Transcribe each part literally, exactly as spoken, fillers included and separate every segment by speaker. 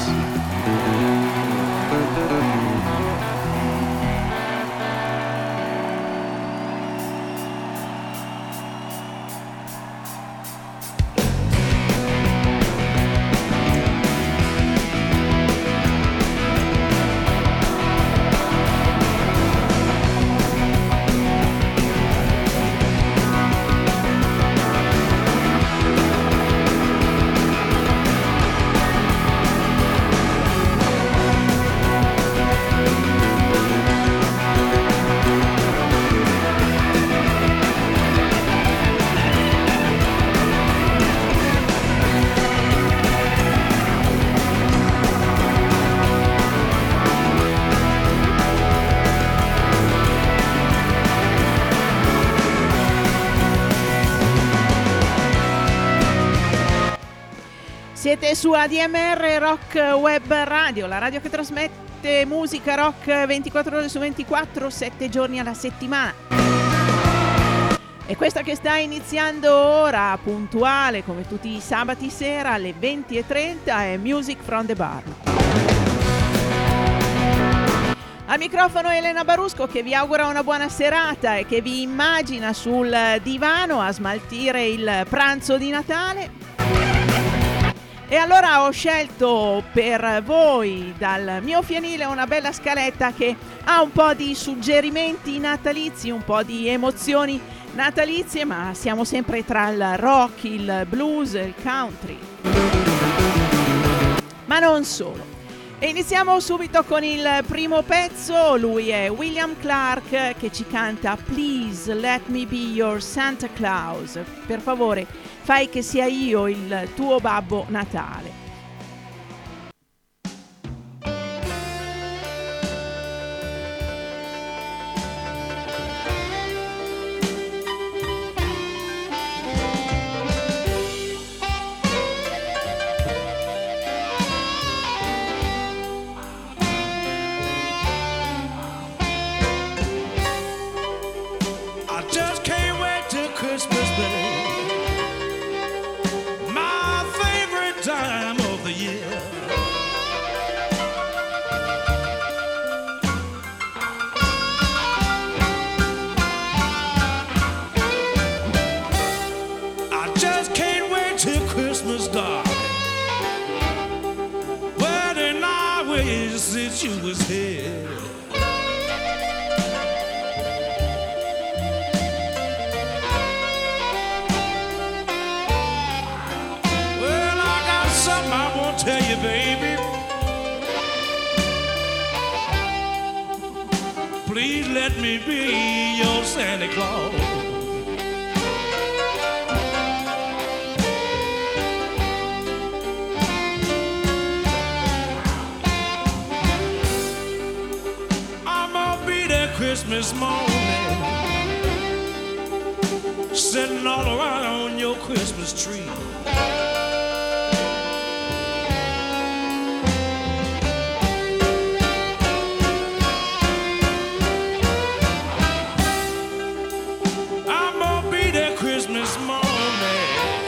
Speaker 1: Siete su A D M R Rock Web Radio, la radio che trasmette musica rock ventiquattro ore su ventiquattro, sette giorni alla settimana. E questa che sta iniziando ora, puntuale come tutti i sabati sera alle venti e trenta, è Music from the Bar. Al microfono Elena Barusco, che vi augura una buona serata e che vi immagina sul divano a smaltire il pranzo di Natale. E allora ho scelto per voi dal mio fienile una bella scaletta che ha un po' di suggerimenti natalizi, un po' di emozioni natalizie, ma siamo sempre tra il rock, il blues, il country. Ma non solo. E iniziamo subito con il primo pezzo. Lui è William Clark che ci canta Please Let Me Be Your Santa Claus. Per favore, fai che sia io il tuo Babbo Natale.
Speaker 2: You was here. Well, I got something I want to tell you, baby. Please let me be your Santa Claus. Christmas morning, sitting all around your Christmas tree. I'm gonna be there Christmas morning,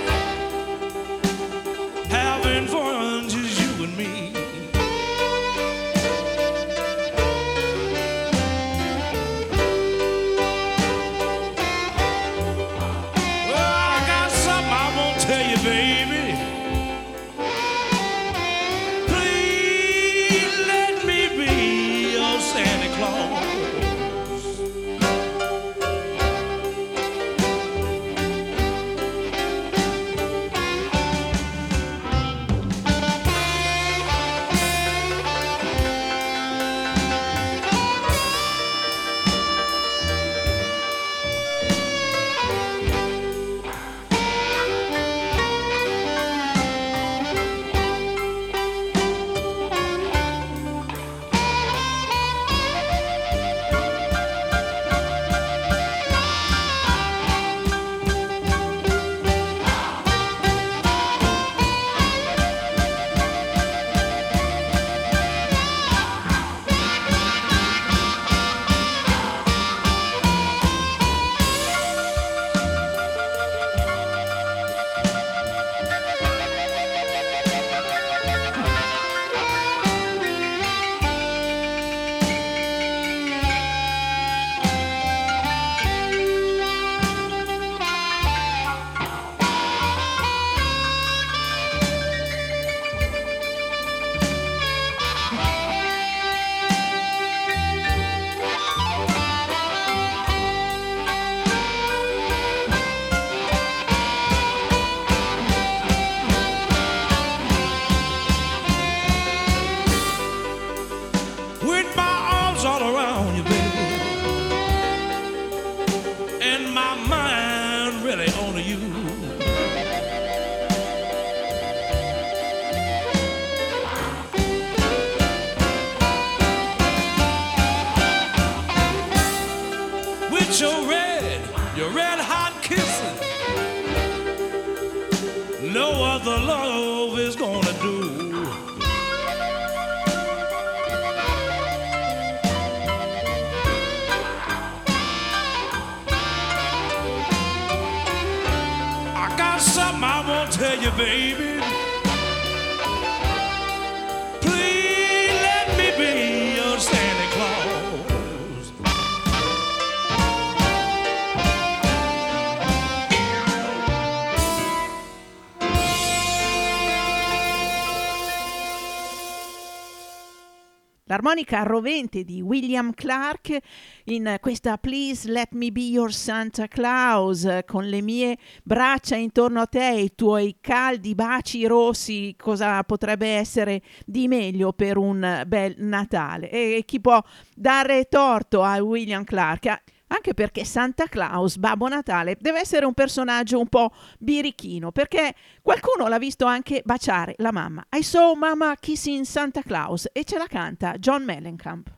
Speaker 2: having fun, just you and me. Baby, baby. Please let me be your Santa Claus.
Speaker 1: L'armonica rovente di William Clark in questa Please Let Me Be Your Santa Claus, con le mie braccia intorno a te, i tuoi caldi baci rossi, cosa potrebbe essere di meglio per un bel Natale? E chi può dare torto a William Clark? Anche perché Santa Claus, Babbo Natale, deve essere un personaggio un po' birichino, perché qualcuno l'ha visto anche baciare la mamma. I saw Mama kissing Santa Claus, e ce la canta John Mellencamp.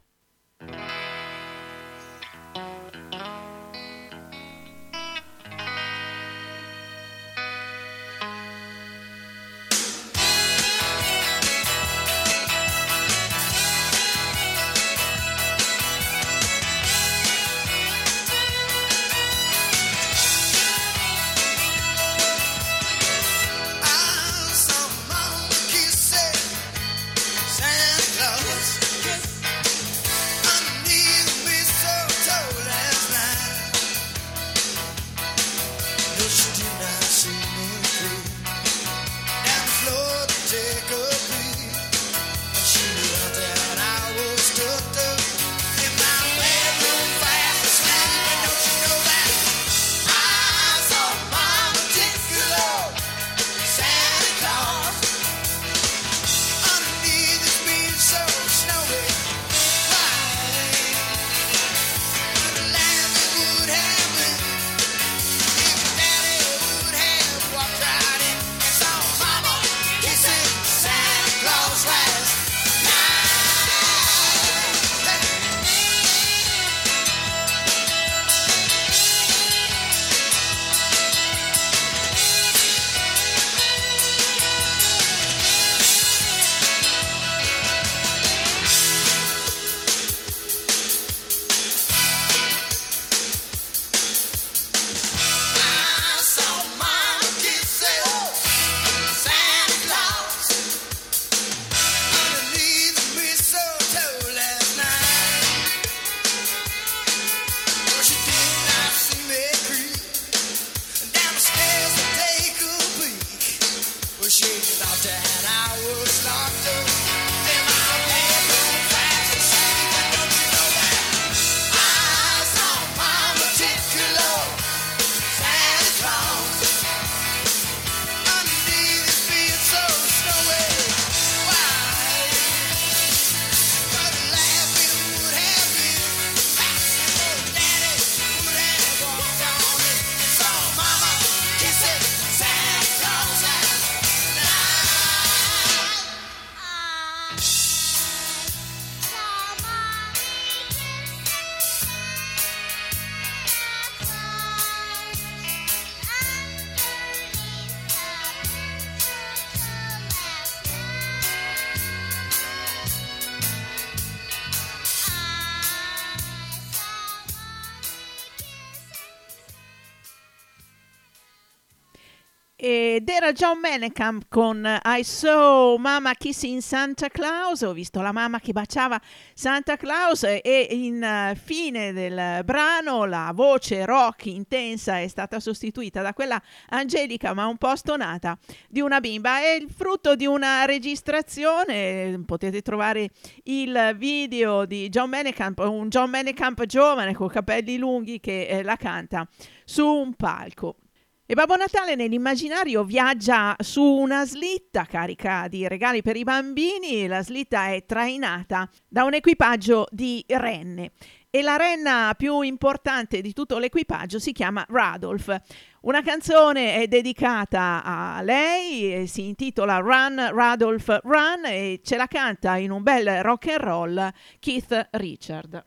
Speaker 1: Ed era John Mellencamp con I Saw Mama Kissing Santa Claus. Ho visto la mamma che baciava Santa Claus, e in fine del brano la voce rock intensa è stata sostituita da quella angelica ma un po' stonata di una bimba. È il frutto di una registrazione, potete trovare il video di John Mellencamp, un John Mellencamp giovane con capelli lunghi che eh, la canta su un palco. E Babbo Natale nell'immaginario viaggia su una slitta carica di regali per i bambini. La slitta è trainata da un equipaggio di renne, e la renna più importante di tutto l'equipaggio si chiama Rudolph. Una canzone è dedicata a lei, si intitola Run Rudolph Run, e ce la canta in un bel rock and roll Keith Richard.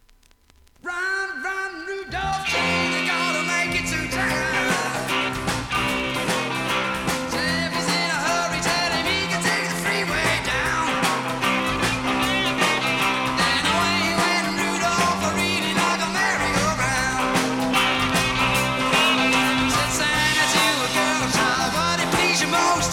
Speaker 3: Run, run, Rudolph, you gotta make it to town. Most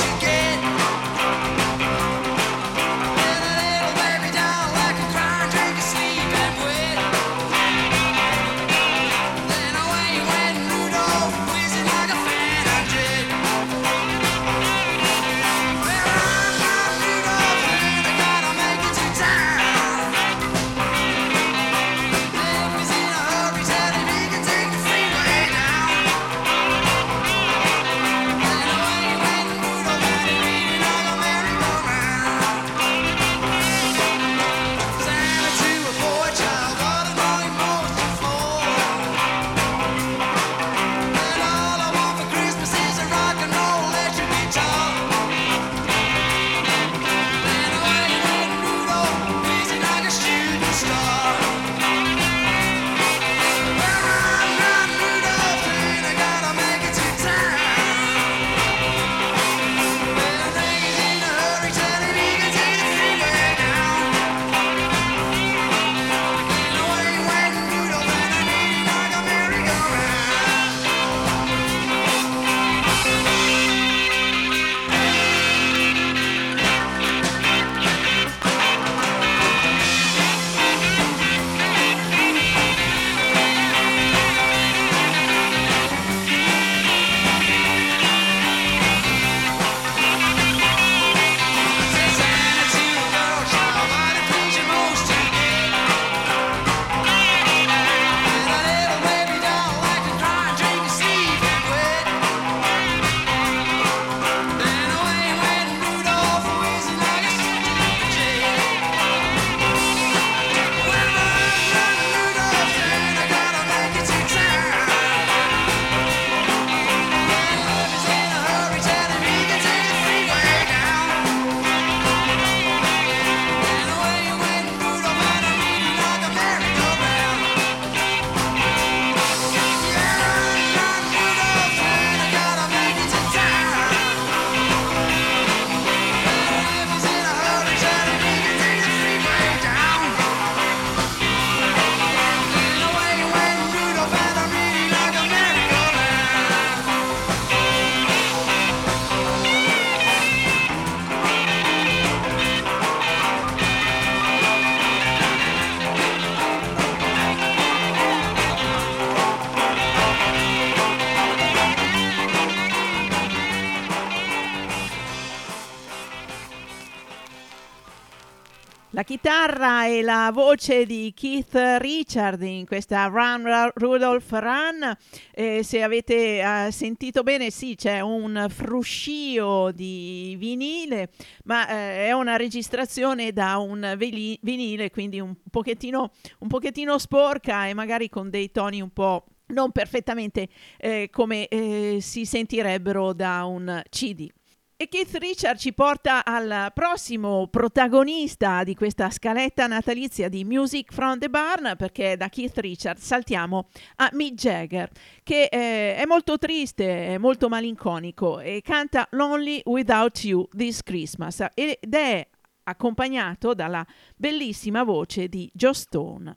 Speaker 1: La chitarra e la voce di Keith Richards in questa Run Rudolph Run. Eh, se avete eh, sentito bene, sì, c'è un fruscio di vinile, ma eh, è una registrazione da un veli- vinile, quindi un pochettino, un pochettino sporca e magari con dei toni un po' non perfettamente eh, come eh, si sentirebbero da un C D. E Keith Richards ci porta al prossimo protagonista di questa scaletta natalizia di Music from the Barn, perché da Keith Richards saltiamo a Mick Jagger, che eh, è molto triste, è molto malinconico e canta Lonely Without You This Christmas ed è accompagnato dalla bellissima voce di Joe Stone.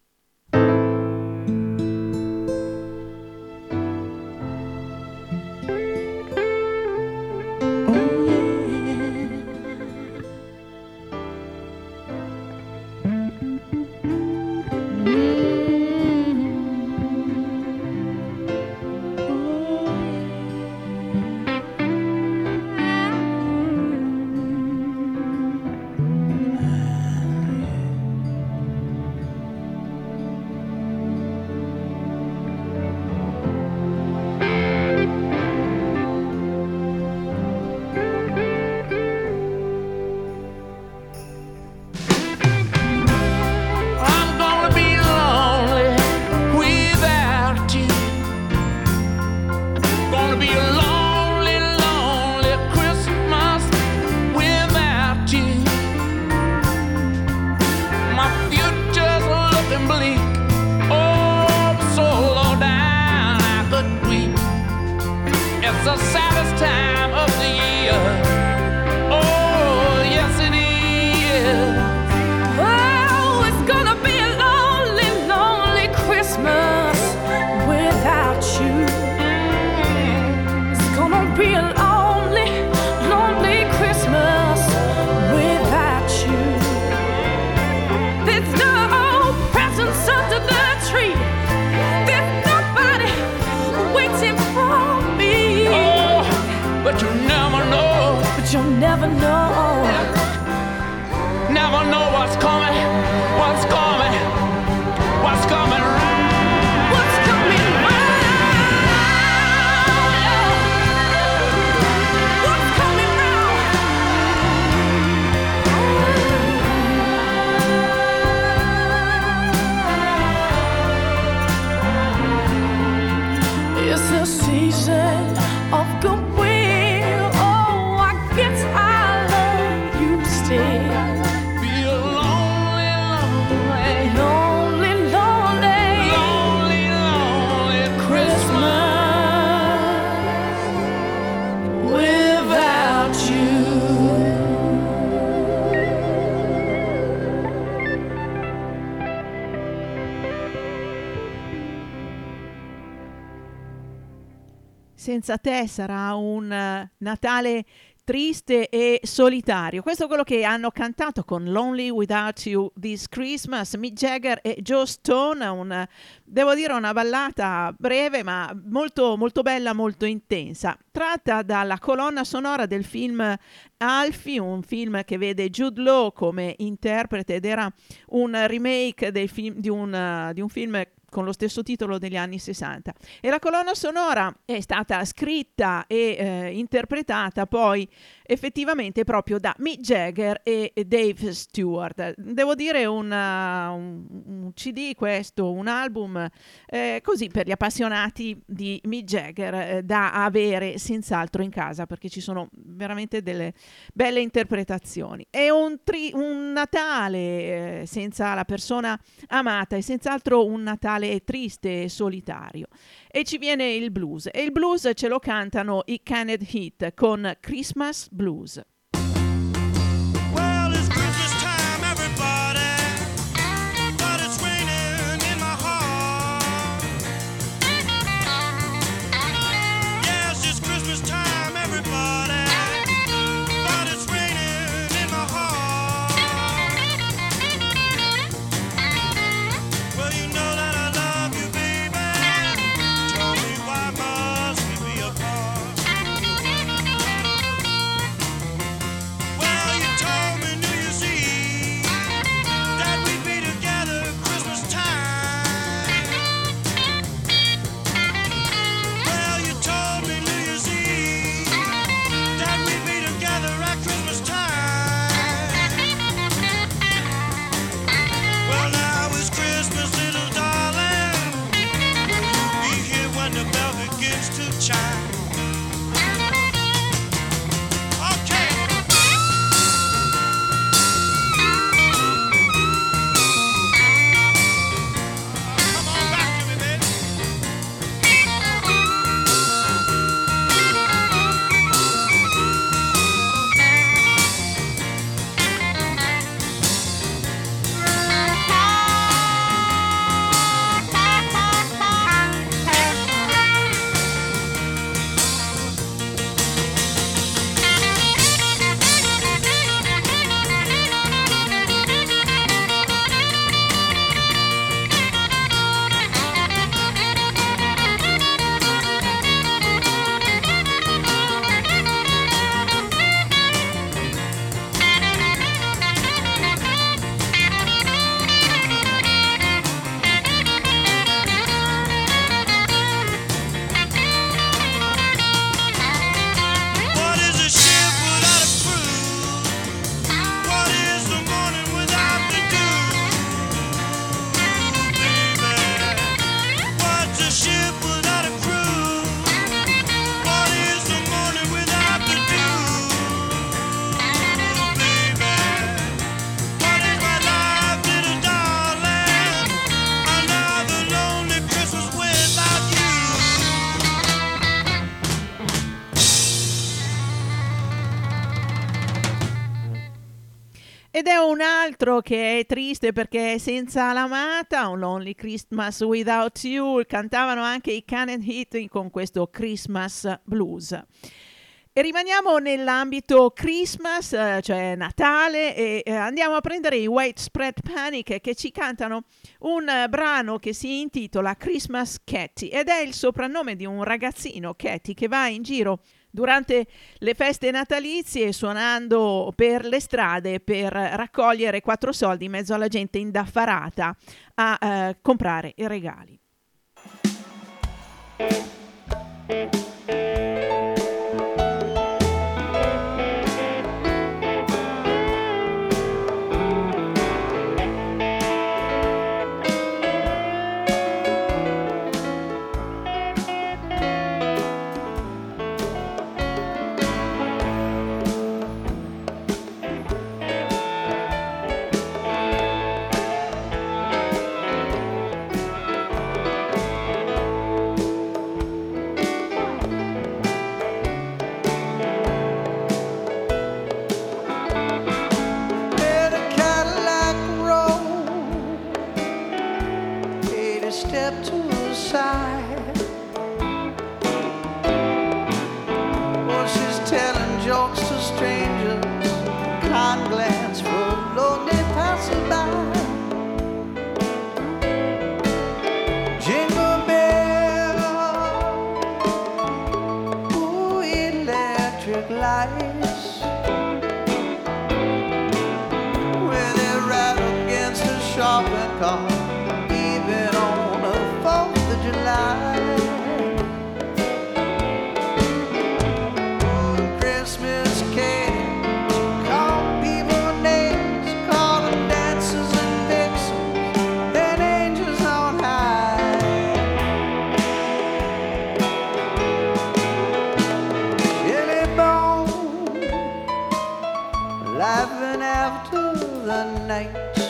Speaker 1: Senza te sarà un uh, Natale triste e solitario. Questo è quello che hanno cantato con Lonely Without You This Christmas Mick Jagger e Joe Stone, un, devo dire una ballata breve ma molto, molto bella, molto intensa, tratta dalla colonna sonora del film Alfie, un film che vede Jude Law come interprete ed era un remake del film, di, un, uh, di un film con lo stesso titolo degli anni sessanta, e la colonna sonora è stata scritta e eh, interpretata poi effettivamente proprio da Mick Jagger e Dave Stewart. Devo dire una, un, un C D questo, un album eh, così per gli appassionati di Mick Jagger eh, da avere senz'altro in casa, perché ci sono veramente delle belle interpretazioni. È un, tri- un Natale eh, senza la persona amata, è senz'altro un Natale triste e solitario, e ci viene il blues, e il blues ce lo cantano i Canned Heat con Christmas Blues.
Speaker 2: Well, it's Christmas time, everybody, but it's raining in my heart. Yes, it's Christmas time, everybody, but it's raining in my heart. Well, you know that I love you, baby. Tell me, why must we be apart?
Speaker 1: Ed è un altro che è triste perché è senza l'amata, un Lonely Christmas Without You. Cantavano anche i Canet Heat con questo Christmas Blues. E rimaniamo nell'ambito Christmas, eh, cioè Natale, e eh, andiamo a prendere i Widespread Panic che ci cantano un eh, brano che si intitola Christmas Catty ed è il soprannome di un ragazzino, Catty, che va in giro durante le feste natalizie suonando per le strade per raccogliere quattro soldi in mezzo alla gente indaffarata a eh, comprare i regali.
Speaker 3: Step to the side. Well, she's telling jokes to strangers, kind glance for a lonely passerby. Jingle bell, ooh, electric lights. When they ride against a shopping cart. Laughing after the night.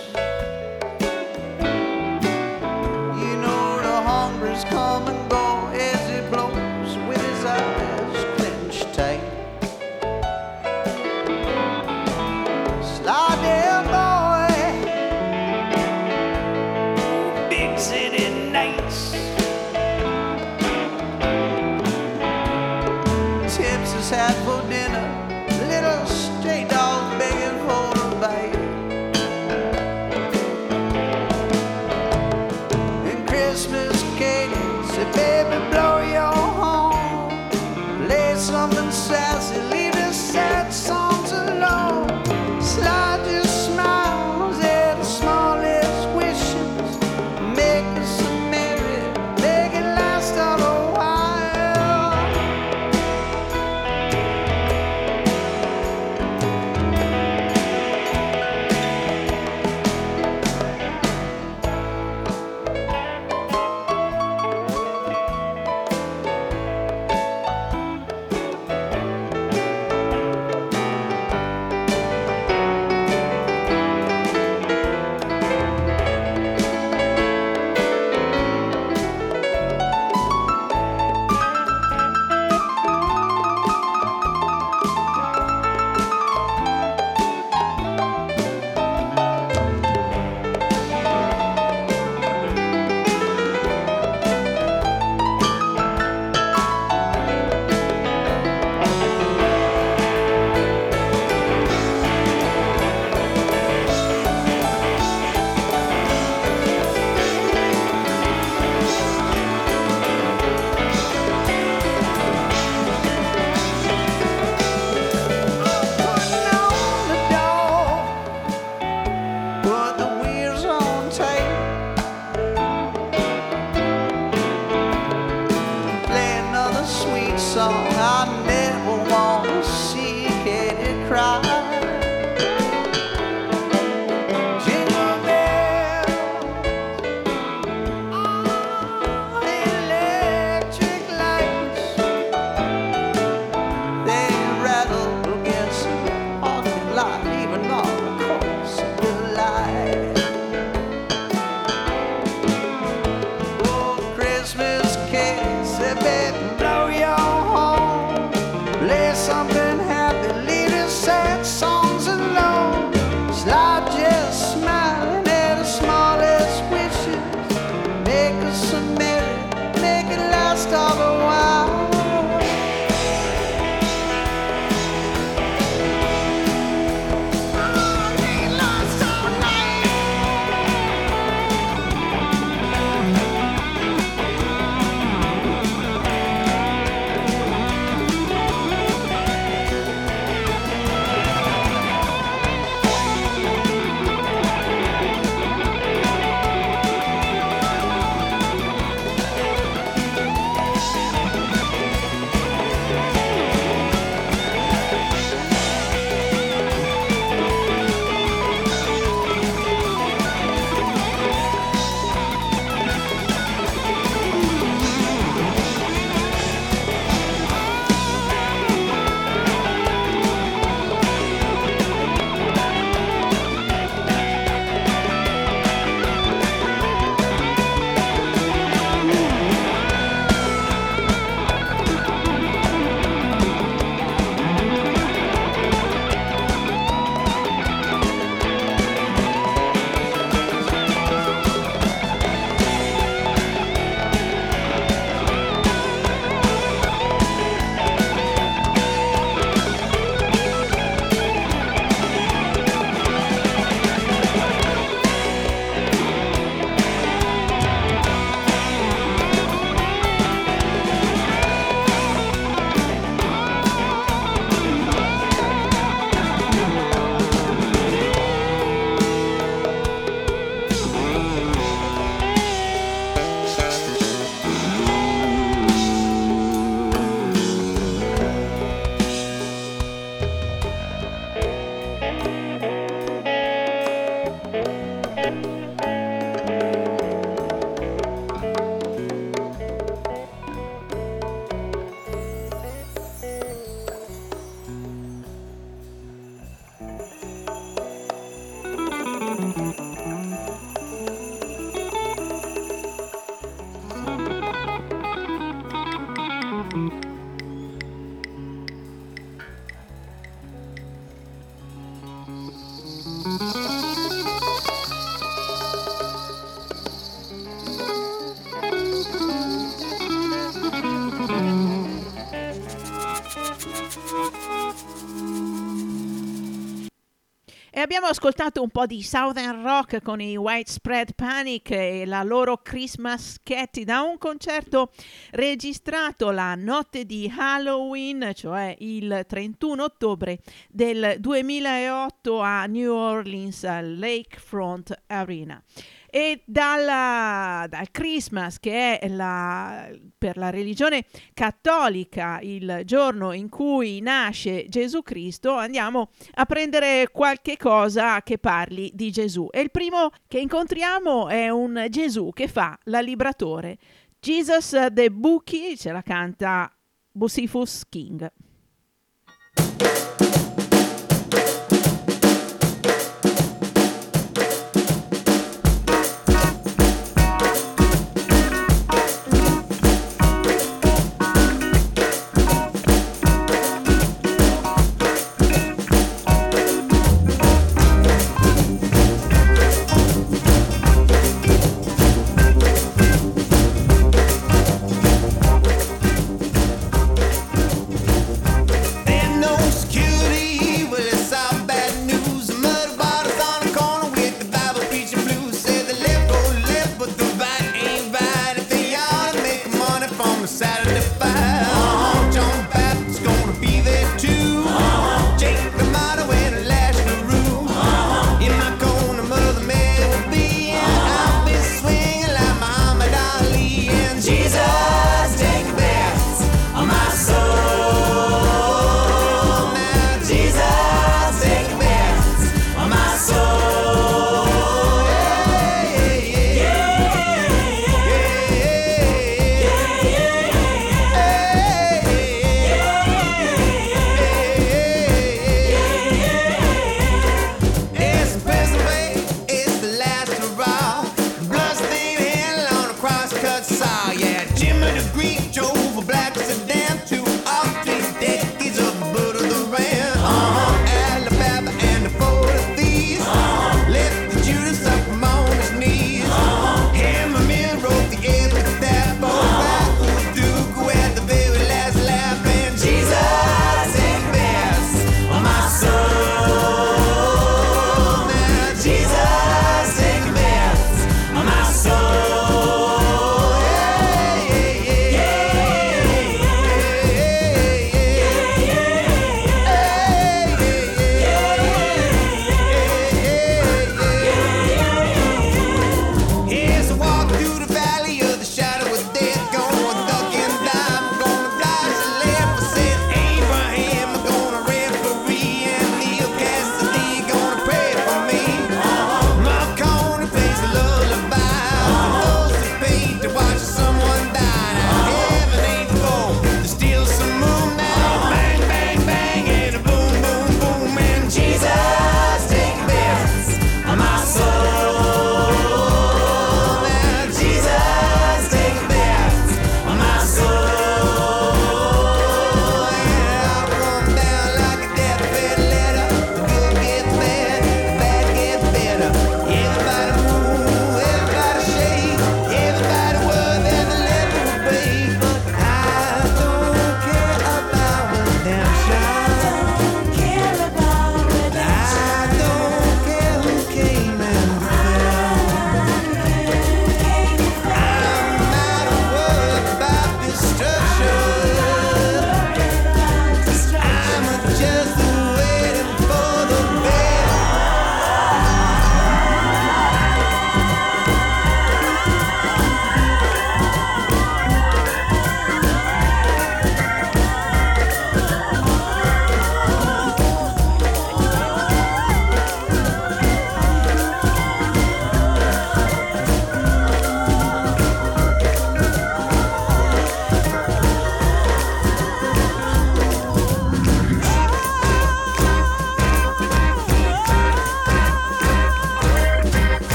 Speaker 3: You know the hunger's come and go as he blows with his eyes clenched tight. Slide there, boy, big city nights. Tips his hat for dinner, little stray dog begging for a bite. I just smiling at the smallest wishes. Make us a merry, make it last all the while.
Speaker 1: E abbiamo ascoltato un po' di Southern Rock con i Widespread Panic e la loro Christmas Catty da un concerto registrato la notte di Halloween, cioè il trentuno ottobre del duemilaotto a New Orleans al Lakefront Arena. E dalla, dal Christmas, che è la, per la religione cattolica il giorno in cui nasce Gesù Cristo, andiamo a prendere qualche cosa che parli di Gesù. E il primo che incontriamo è un Gesù che fa la libratore. Jesus the Bookie, ce la canta Bucifus King.
Speaker 3: Thank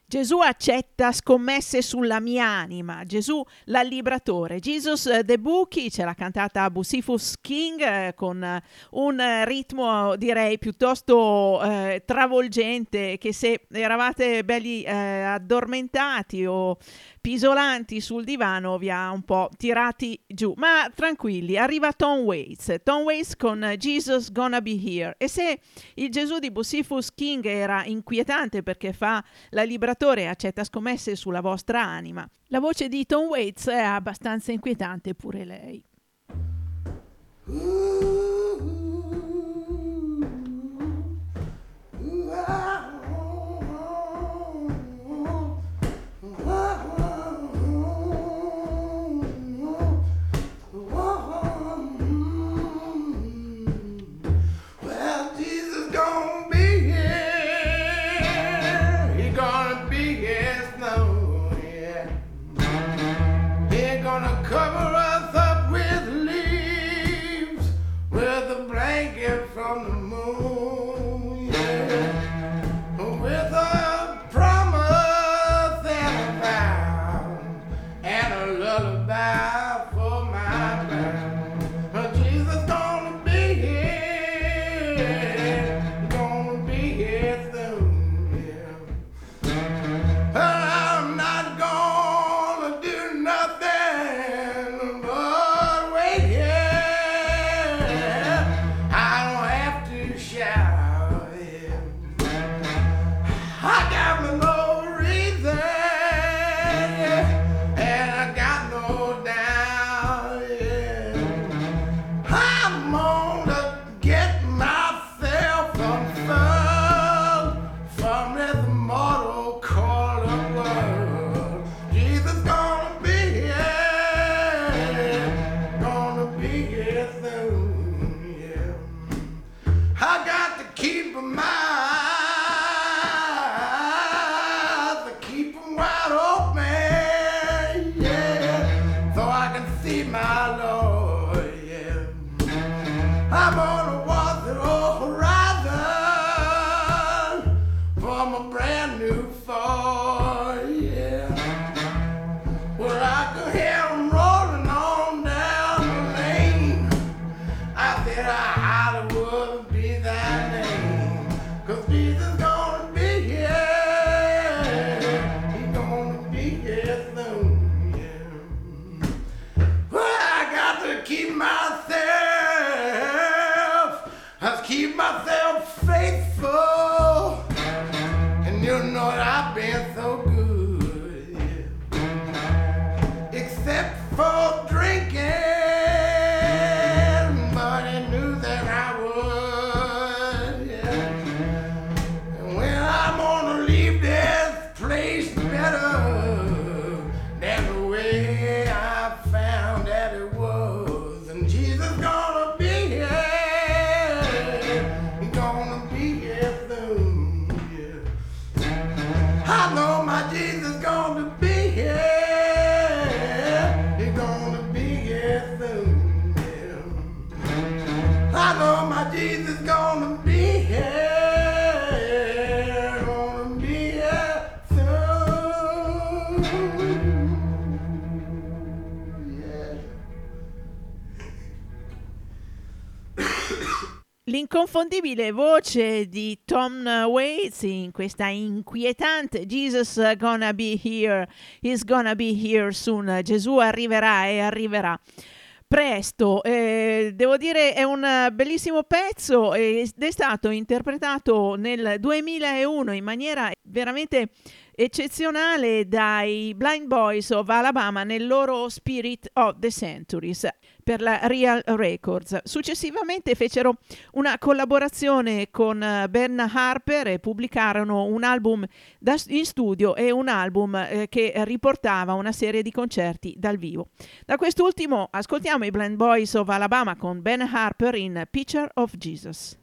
Speaker 1: Gesù accetta scommesse sulla mia anima, Gesù l'allibratore. Jesus uh, the Bookie ce l'ha cantata Bucifus King eh, con uh, un uh, ritmo direi piuttosto uh, travolgente, che se eravate belli uh, addormentati o pisolanti sul divano vi ha un po' tirati giù. Ma tranquilli, arriva Tom Waits, Tom Waits con Jesus Gonna Be Here. E se il Gesù di Bucifus King era inquietante perché fa la libratore e accetta scommesse sulla vostra anima, la voce di Tom Waits è abbastanza inquietante pure lei.
Speaker 3: Cover us up with leaves, with a blanket from the moon, yeah. With a promise and a vow, and a lullaby for my bound. But Jesus gonna be here, gonna be here soon, yeah. I'm not gonna do nothing
Speaker 1: L'inconfondibile voce di Tom Waits in questa inquietante Jesus gonna be here, he's gonna be here soon, Gesù arriverà e arriverà presto. Eh, devo dire è un bellissimo pezzo ed è stato interpretato nel duemilauno in maniera veramente eccezionale dai Blind Boys of Alabama nel loro Spirit of the Centuries per la Real Records. Successivamente fecero una collaborazione con Ben Harper e pubblicarono un album da, in studio e un album eh, che riportava una serie di concerti dal vivo. Da quest'ultimo ascoltiamo i Blind Boys of Alabama con Ben Harper in Picture of Jesus.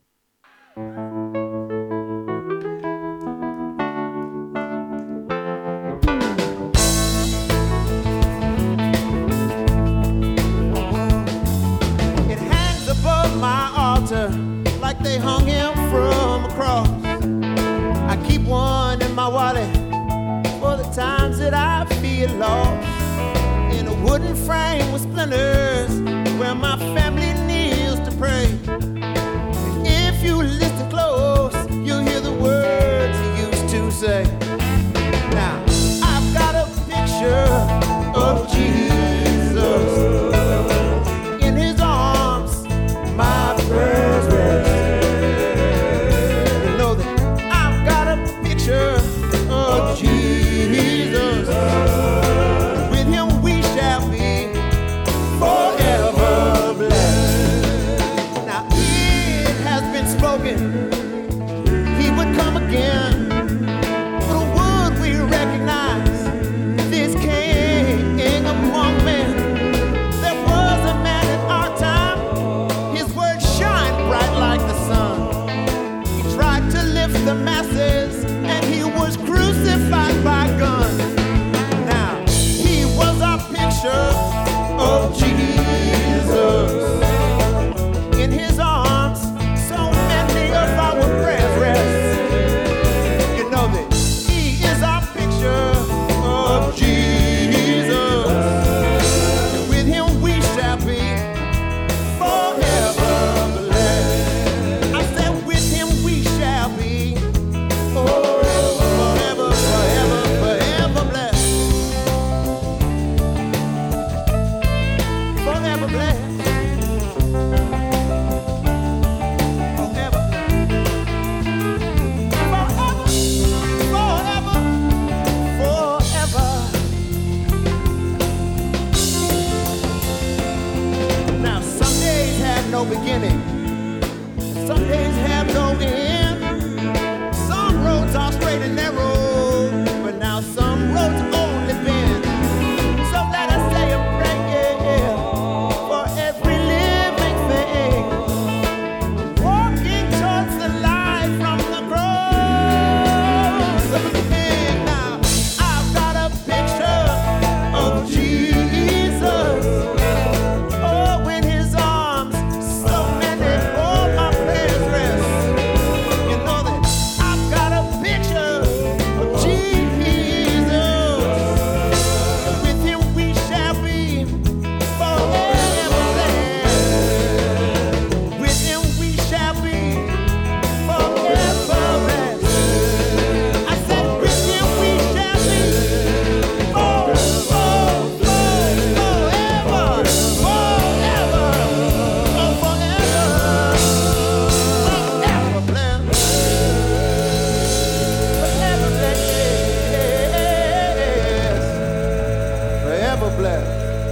Speaker 4: My altar, like they hung him from a cross. I keep one in my wallet, get lost in a wooden frame with splinters where my family kneels to pray. And if you listen close, you'll hear the words he used to say. Now, I've got a picture of Jesus. In his arms, my prayers rest. You know that I've got a picture of Jesus. With him we shall be forever blessed. Now it has been spoken he would come again. But would we recognize this king among men? There was a man in our time, his words shine bright like the sun. He tried to lift the masses and he was crucified by guns. Now he was our picture of Jesus. In his arms so many of our prayers rest. You know that he is our picture of Jesus. And with him we shall be forever blessed. I said with him we shall be forever, forever, forever blessed. Forever blessed. Forever. Forever. Forever. Forever. Now some days have no beginning, some days have no end. Some roads are straight and narrow, but now some roads only bend. So let us say a prayer for every living thing, walking towards the light from the cross of the King. Now I've got a picture of Jesus. Oh, in his arms, so many all my prayers rest. You know that I've got a picture of Jesus. With him we shall be forever blessed. With him we shall be forever blessed. I said with him we shall be forever, forever, forever, forever, forever blessed. Forever blessed. Forever blessed.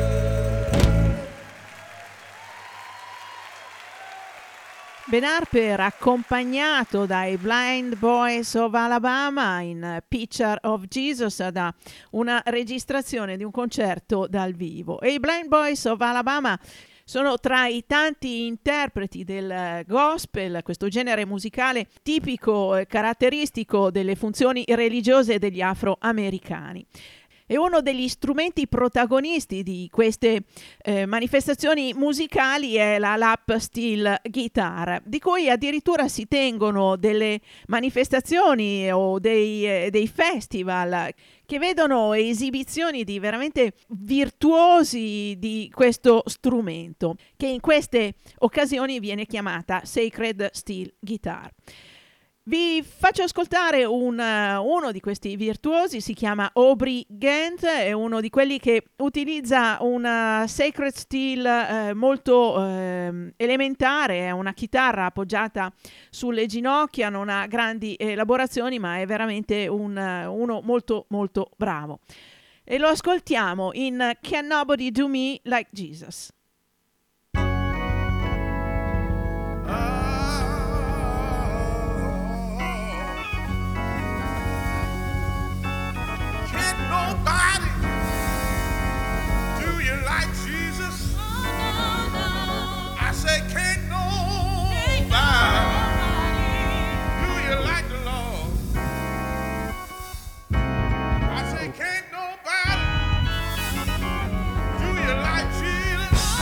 Speaker 1: Ben Harper accompagnato dai Blind Boys of Alabama in Picture of Jesus da una registrazione di un concerto dal vivo. E i Blind Boys of Alabama sono tra i tanti interpreti del gospel, questo genere musicale tipico e caratteristico delle funzioni religiose degli afroamericani. E uno degli strumenti protagonisti di queste eh, manifestazioni musicali è la lap steel guitar, di cui addirittura si tengono delle manifestazioni o dei, eh, dei festival che vedono esibizioni di veramente virtuosi di questo strumento, che in queste occasioni viene chiamata Sacred Steel Guitar. Vi faccio ascoltare un, uh, uno di questi virtuosi, si chiama Aubrey Gant, è uno di quelli che utilizza una Sacred Steel uh, molto uh, elementare, è una chitarra appoggiata sulle ginocchia, non ha grandi elaborazioni, ma è veramente un, uh, uno molto molto bravo. E lo ascoltiamo in Can Nobody Do Me Like Jesus.
Speaker 2: Nobody do you like Jesus? I say can't nobody do you like the Lord? I say can't nobody do you like Jesus?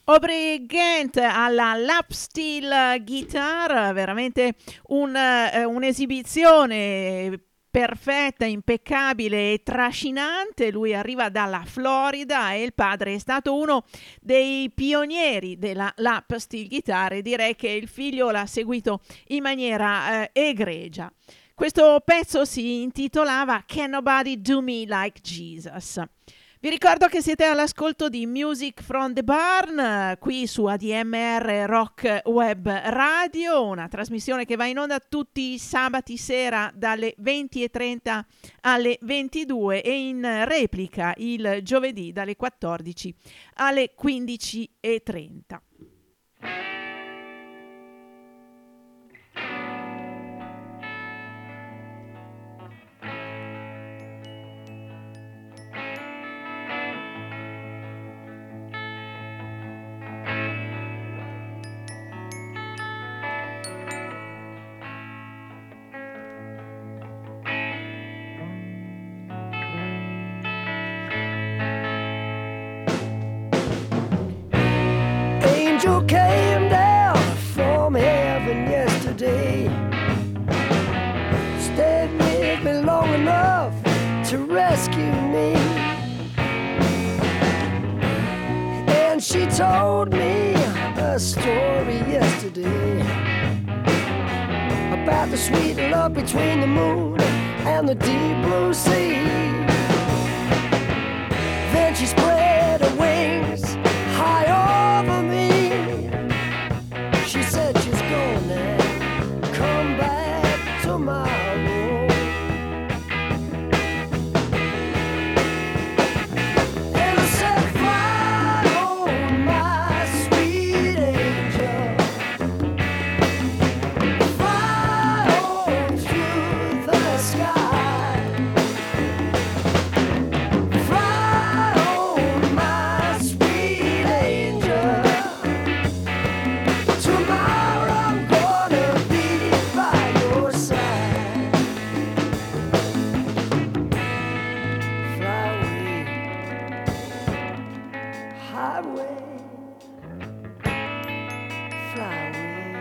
Speaker 1: Aubrey Ghent alla lap steel guitar, veramente un, eh, un'esibizione perfetta, impeccabile e trascinante. Lui arriva dalla Florida e il padre è stato uno dei pionieri della lap steel guitar e direi che il figlio l'ha seguito in maniera eh, egregia. Questo pezzo si intitolava Can Nobody Do Me Like Jesus. Vi ricordo che siete all'ascolto di Music from the Barn, qui su A D M R Rock Web Radio, una trasmissione che va in onda tutti i sabati sera dalle venti e trenta alle ventidue e in replica il giovedì dalle quattordici alle quindici e trenta.
Speaker 5: Angel came down from heaven yesterday, stayed with me long enough to rescue me, and she told me a story yesterday about the sweet love between the moon and the deep blue sea. Then she spread her wings high over me. She said she's gonna come back tomorrow. And I said, fly on my sweet angel, fly on through the sky, fly on my sweet angel. Tomorrow I'm gonna be by your side. Fly away, highway, fly away.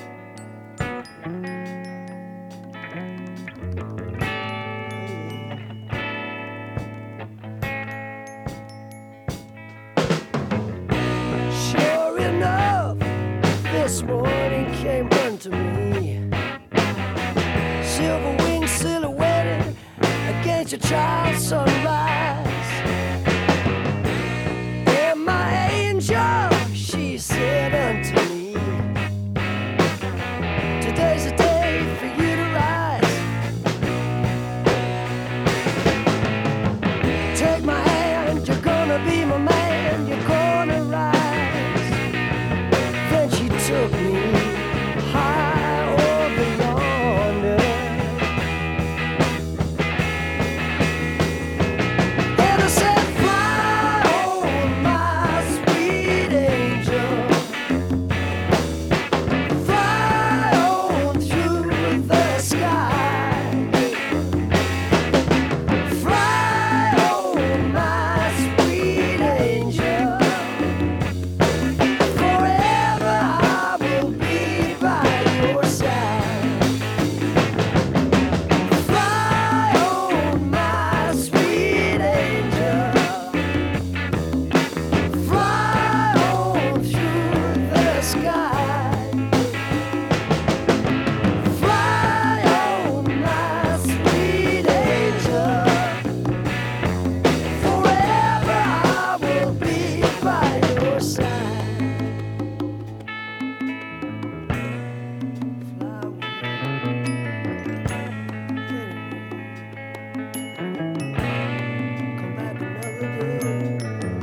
Speaker 5: Sure enough, this morning came unto me, silver wings silhouetted against your child's sunrise. And my angel, she said unto me, today's the day for you to rise. Take my hand, you're gonna be my man, you're gonna rise. Then she took me high over yonder, and I said, fly on my sweet angel, fly on through the sky, fly on my sweet angel. Forever I will be by your side. Fly on my sweet angel. Fly on through the sky. Fly on my sweet angel. Forever I will be by your side. Fly away. Come back another day.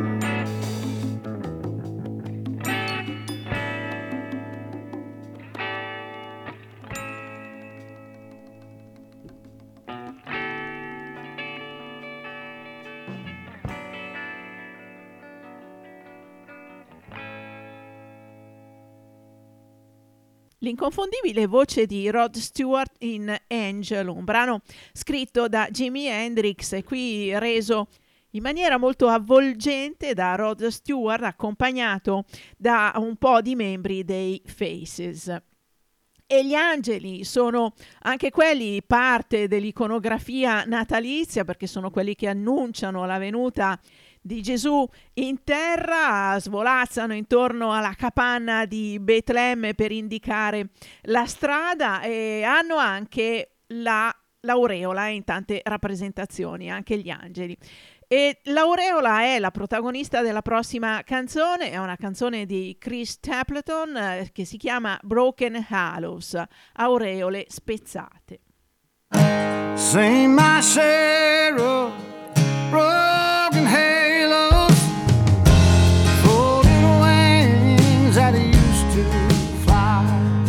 Speaker 1: L'inconfondibile voce di Rod Stewart in Angel, un brano scritto da Jimi Hendrix e qui reso in maniera molto avvolgente da Rod Stewart, accompagnato da un po' di membri dei Faces. E gli angeli sono anche quelli parte dell'iconografia natalizia, perché sono quelli che annunciano la venuta di Gesù in terra, svolazzano intorno alla capanna di Betlemme per indicare la strada e hanno anche la, l'aureola in tante rappresentazioni, anche gli angeli. E l'aureola è la protagonista della prossima canzone, è una canzone di Chris Stapleton eh, che si chiama Broken Halos, aureole spezzate.
Speaker 3: Sing my share of broken halos, folded wings that used to fly.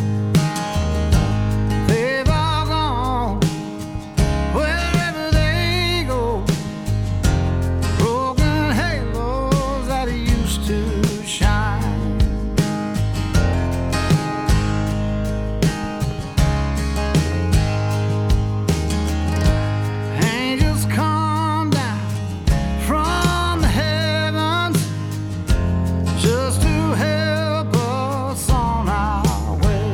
Speaker 3: They've all gone wherever they go. Broken halos that used to shine. Angels come down from the heavens just to help us on our way.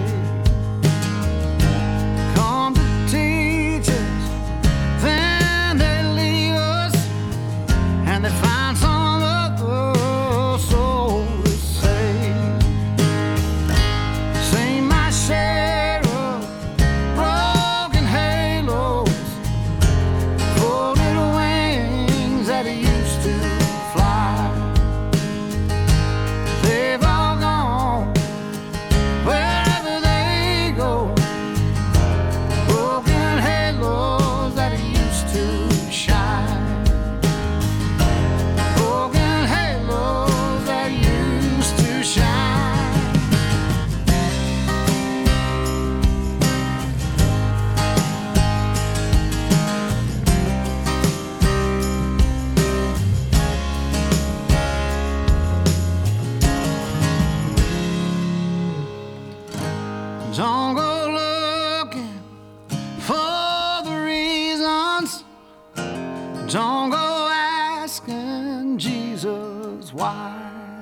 Speaker 3: Come to teach us, then they leave us, and they find some other soul to save. Sing my share of broken halos, folded wings that used to fly. They've all gone wherever they go. Broken halos that used to shine. Broken halos that used to shine. Don't go looking for the reasons. Don't go asking Jesus why.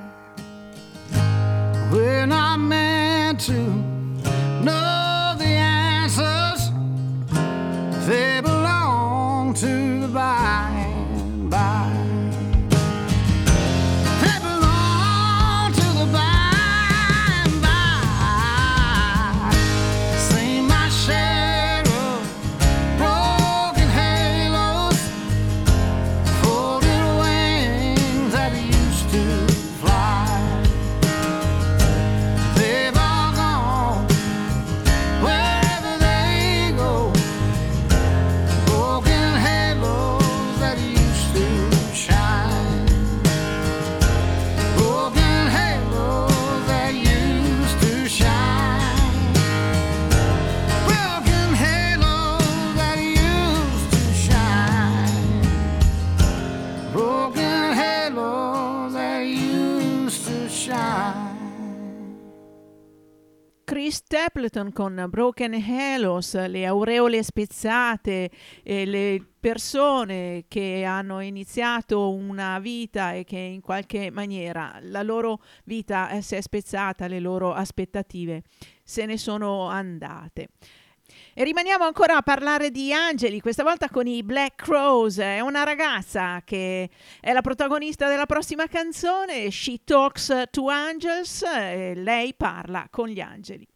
Speaker 3: We're not meant to know the answers. They belong to the by and by. They belong to the by and by. Sing my share of broken halos, folded wings that used to fly. They've all gone wherever they go. Broken halos that used to shine. Broken halos that used to shine. Broken halos that used to shine. Broken halos that used to shine.
Speaker 1: Chris Stapleton con Broken Halos, le aureole spezzate, e le persone che hanno iniziato una vita e che in qualche maniera la loro vita eh, si è spezzata, le loro aspettative se ne sono andate. E rimaniamo ancora a parlare di angeli, questa volta con i Black Crowes. È una ragazza che è la protagonista della prossima canzone, She Talks to Angels, e lei parla con gli angeli.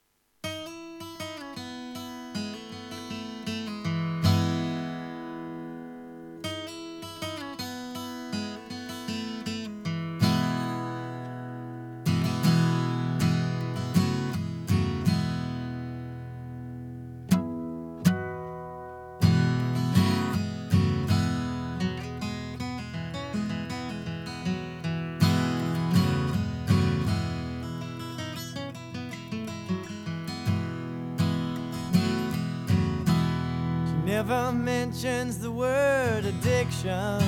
Speaker 6: Never mentions the word addiction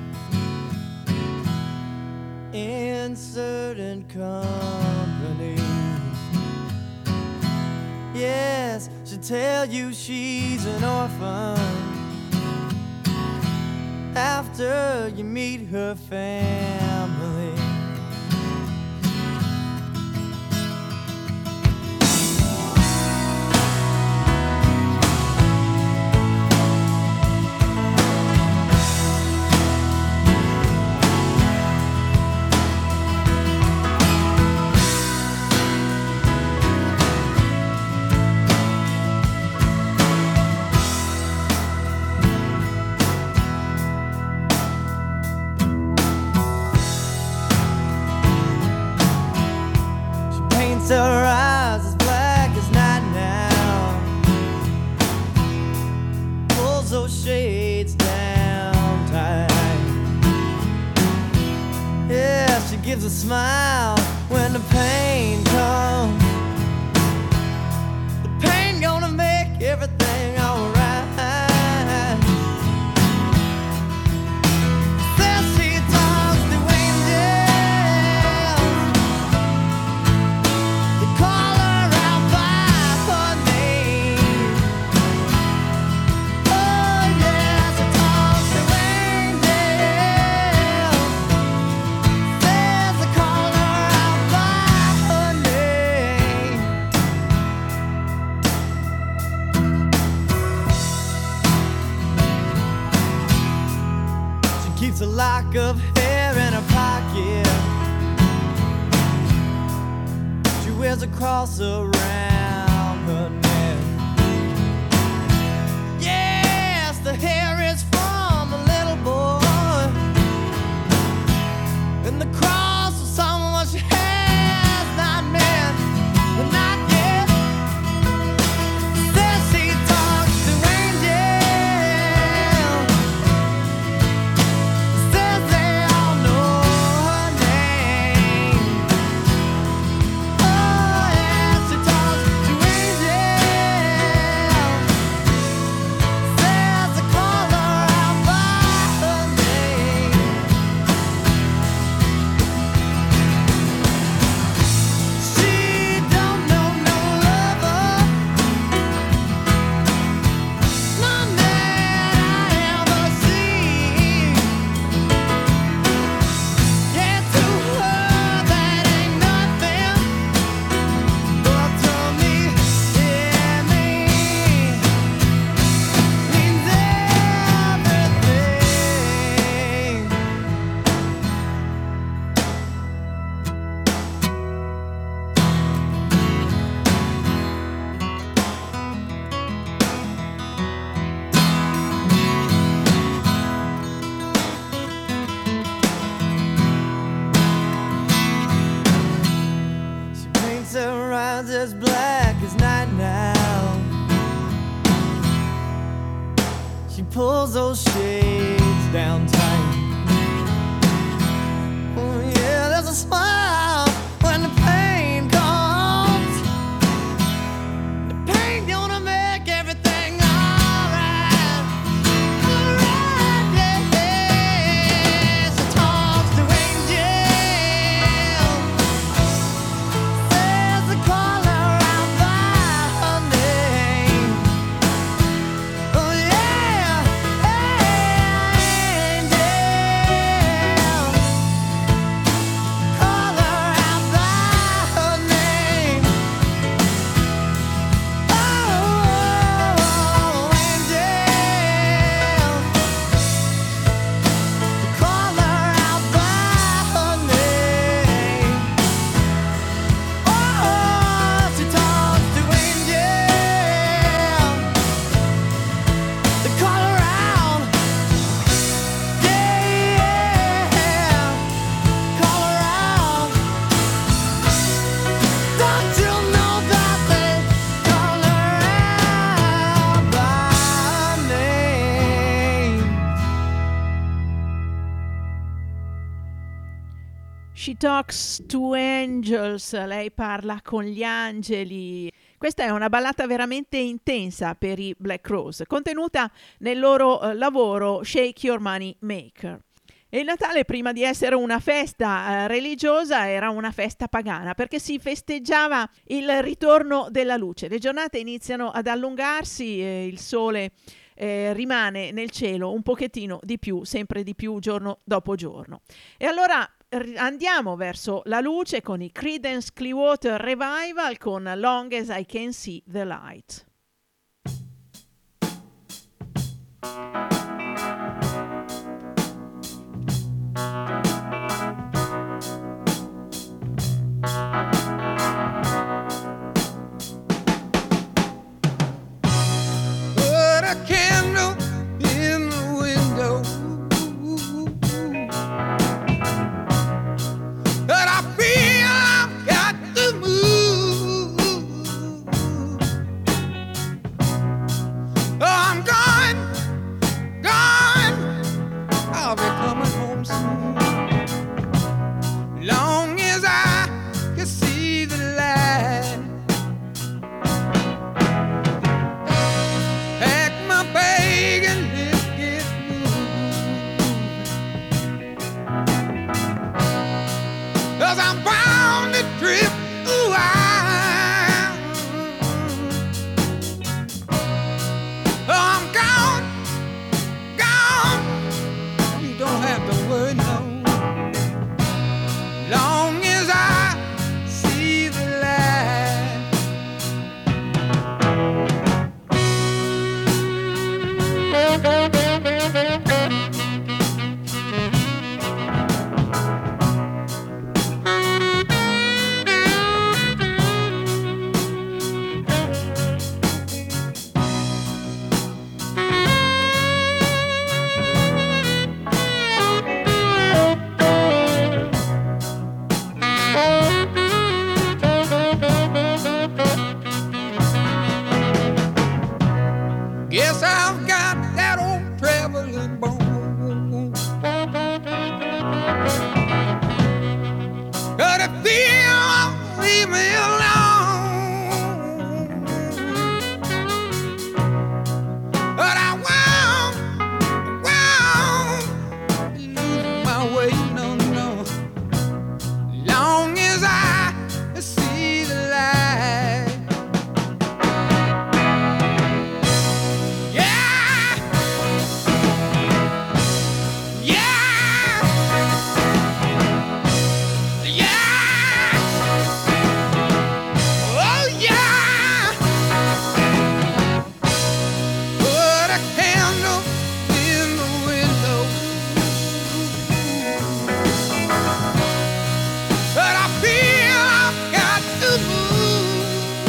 Speaker 6: in certain company. Yes, she'll tell you she's an orphan after you meet her family. Her eyes as black as night now, pulls those shades down tight. Yeah, she gives a smile when the pain comes. The pain gonna make everything alright. Says she talks to angels, call her out by her name. Oh yeah, she talks to angels, says to call her out by her name. She keeps a lock of hair in her pocket. She wears a cross around her neck. Yes, the hair is from a little boy, and the cross is someone she has not met, but not yet. Says she talks to angels, says they all know her name. Oh yeah, she talks to angels, says to call her out by her name. She don't know no lover, none that I ever seen. Yeah, to her that ain't nothing, but to me it means, means everything. She paints her eyes as black as night now. She pulls those shades down tight. Oh yeah, there's a smile when the pain comes. The pain gonna make everything alright. Alright, yeah, yeah. She talks to angels, says to call her out by her name. Oh yeah, angels, call her out by her name. Oh, angels, call her out by her name. Oh, she talks to angels, they call her out, yeah, call her out. Don't you know that they call her out by name?
Speaker 1: She talks to angels, lei parla con gli angeli. Questa è una ballata veramente intensa per i Black Crowes, contenuta nel loro eh, lavoro Shake Your Money Maker. E il Natale, prima di essere una festa eh, religiosa, era una festa pagana, perché si festeggiava il ritorno della luce. Le giornate iniziano ad allungarsi, eh, il sole eh, rimane nel cielo un pochettino di più, sempre di più, giorno dopo giorno. E allora r- andiamo verso la luce con i Creedence Clearwater Revival con Long as I Can See the Light.
Speaker 6: Put a candle in the window, but I feel I've got to move. Oh, I'm gone, gone. I'll be coming home soon. Long as I can see the light. Pack my bag and let's get moving. 'Cause I'm bound to drift away. Oh, I'm gone, gone. You don't have to worry, no. Long as I see the light. Guess I've got that old traveling bone. Got a feel won't leave me alone. But I won't, won't lose my way, no, no. Long as I see the light. Yeah, yeah, yeah. Oh yeah. Put a candle in the window, but I feel I've got to move.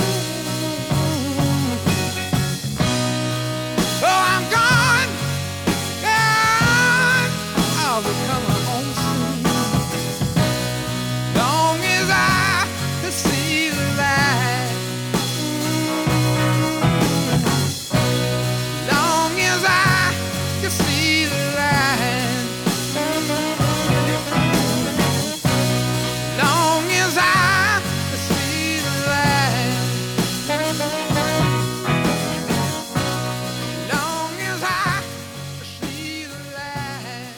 Speaker 6: Oh, I'm gone, gone. I'll be coming home soon. Long as I can see the light. Long as I can see the light. Long as I can see the light. Long as I can see the light.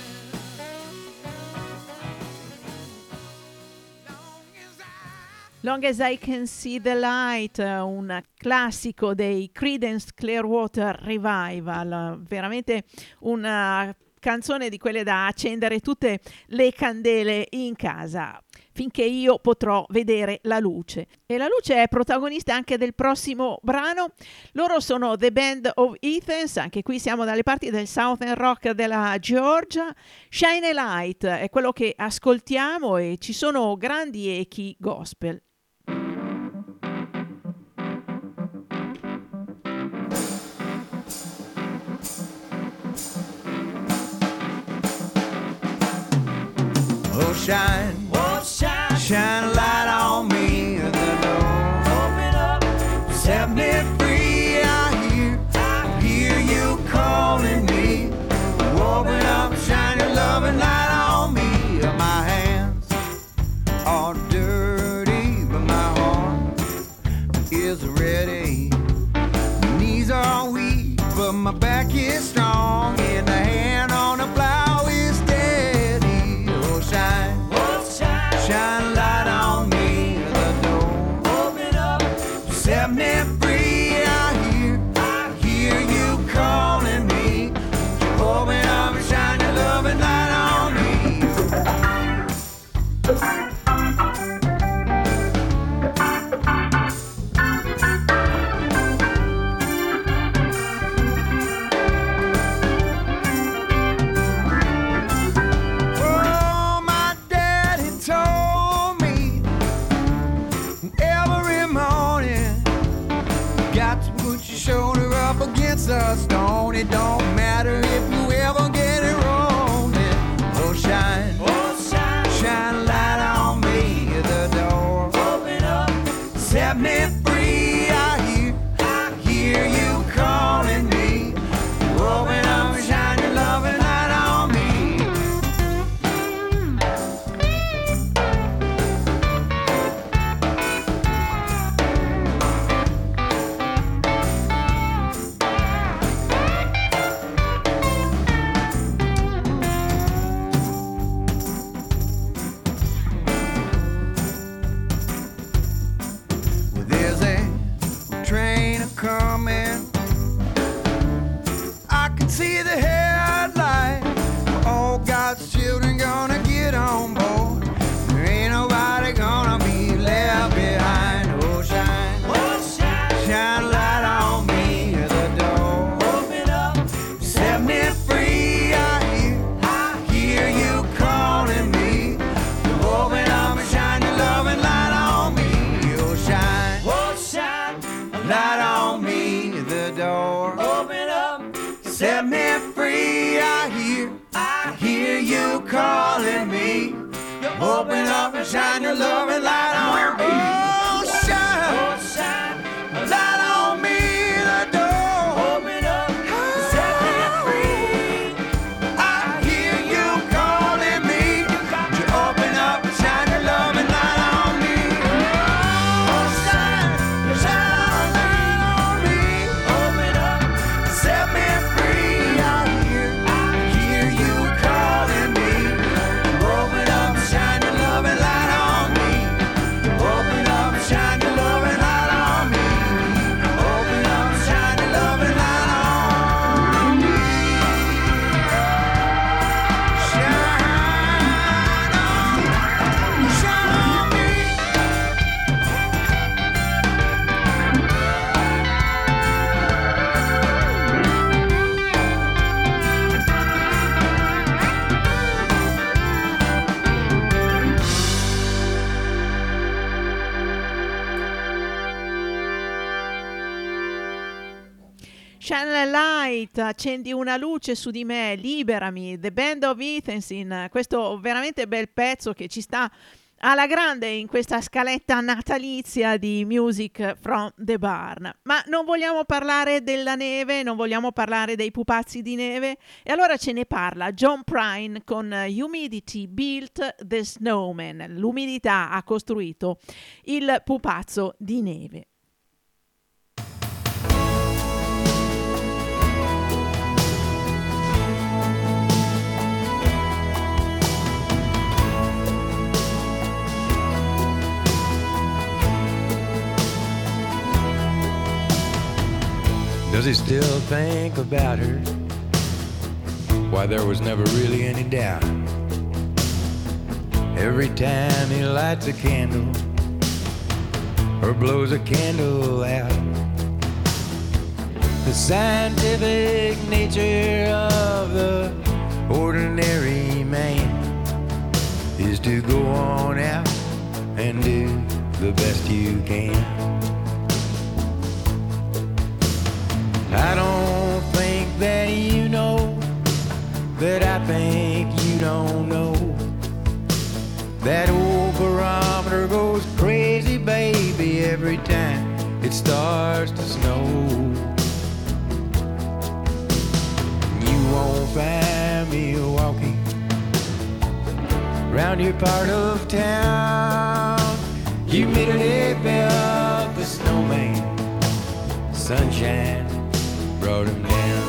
Speaker 6: Long
Speaker 1: Long
Speaker 6: as I
Speaker 1: as I Can See the Light, un classico dei Creedence Clearwater Revival, veramente una canzone di quelle da accendere tutte le candele in casa finché io potrò vedere la luce. E la luce è protagonista anche del prossimo brano. Loro sono The Band of Athens, anche qui siamo dalle parti del Southern Rock della Georgia. Shine a Light è quello che ascoltiamo e ci sono grandi echi gospel.
Speaker 3: Oh, shine,
Speaker 5: Oh, shine,
Speaker 3: shine a light on me at the door.
Speaker 5: open up,
Speaker 3: Set me free, I hear, I hear you calling me. Open up, shine your loving light on me. My hands are dirty, but my heart is ready. Knees are weak, but my back is strong. And the hand on the plow is steady. Oh, shine,
Speaker 5: oh, shine,
Speaker 3: shine a light on me at the door.
Speaker 5: open up,
Speaker 3: Set me free, I hear, I hear you calling trust on. It don't matter if you ever get it wrong. Then, oh, shine,
Speaker 6: Oh, shine,
Speaker 3: shine a light on me. The door,
Speaker 6: open up,
Speaker 3: set me free. I hear, I hear you calling me. Open up and shine your loving light on me. Well, there's a train a coming. I can see the headlight. All God's children gonna get on board. There ain't nobody gonna be left behind. Oh, shine,
Speaker 6: oh, shine,
Speaker 3: shine a light on me. The door,
Speaker 6: open up,
Speaker 3: set me free. I hear, I hear you calling me. Open up and shine your loving light on me. Oh, shine,
Speaker 6: oh, shine,
Speaker 3: light on me. The door,
Speaker 6: open up,
Speaker 3: set me free. I hear, I hear you calling me. Open up and shine your loving light on me. Oh, shine,
Speaker 6: oh, shine,
Speaker 3: light on me. The door,
Speaker 6: open up, set me free.
Speaker 3: I hear you calling me. You open up and shine your loving light on me. Oh, shine, shine a light on me.
Speaker 6: Open up,
Speaker 3: Set me free. I hear, I hear you calling me. Open up and shine your loving light on me. Open up and shine your loving light on me. Open up and shine your loving light on me. Shine on, shine on me.
Speaker 1: Shine a light, accendi una luce su di me, liberami, The Band of Athens, in questo veramente bel pezzo che ci sta alla grande in questa scaletta natalizia di Music from the Barn. Ma non vogliamo parlare della neve, non vogliamo parlare dei pupazzi di neve, e allora ce ne parla John Prine con Humidity Built the Snowman. L'umidità ha costruito il pupazzo di neve.
Speaker 7: Does he still think about her? Why, there was never really any doubt. Every time he lights a candle or blows a candle out, the scientific nature of the ordinary man is to go on out and do the best you can. I don't think that you know that I think you don't know. That old barometer goes crazy, baby, every time it starts to snow. You won't find me walking around your part of town. Humidity built the snowman, sunshine brought him down.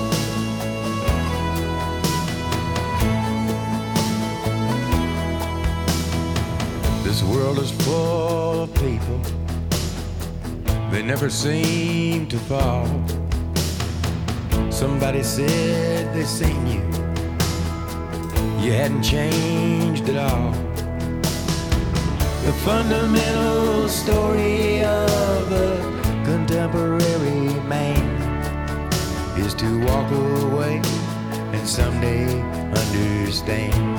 Speaker 7: This world is full of people, they never seem to fall. Somebody said they seen you, you hadn't changed at all. The fundamental story of the contemporary man is to walk away and someday understand.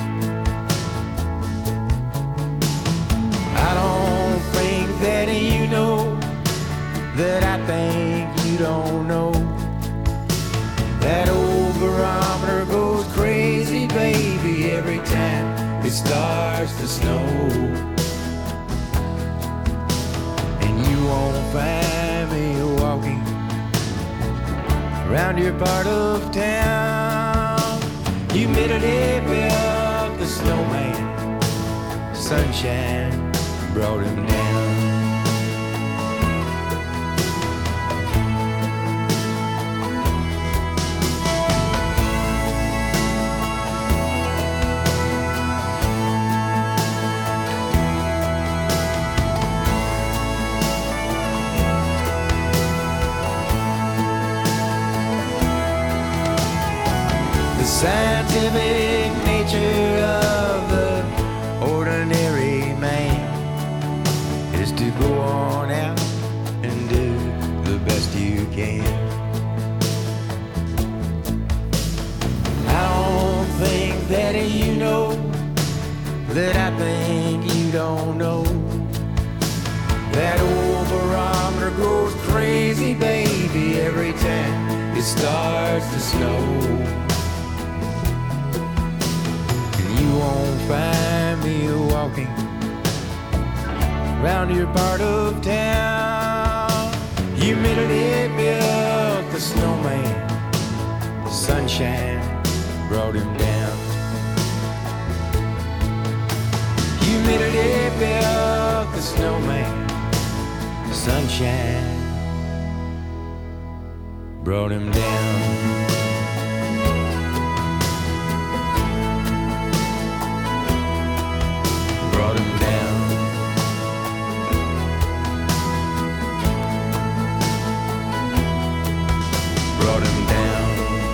Speaker 7: I don't think that you know that I think you don't know round your part of town. Humidity built the snowman, sunshine brought him down. The scientific nature of the ordinary man is to go on out and do the best you can. I don't think that you know that I think you don't know. That old barometer goes crazy, baby, every time it starts to snow. You won't find me walking round your part of town. Humidity built the snowman, sunshine brought him down. Humidity built the snowman, sunshine brought him down. Brought him down. Brought him down.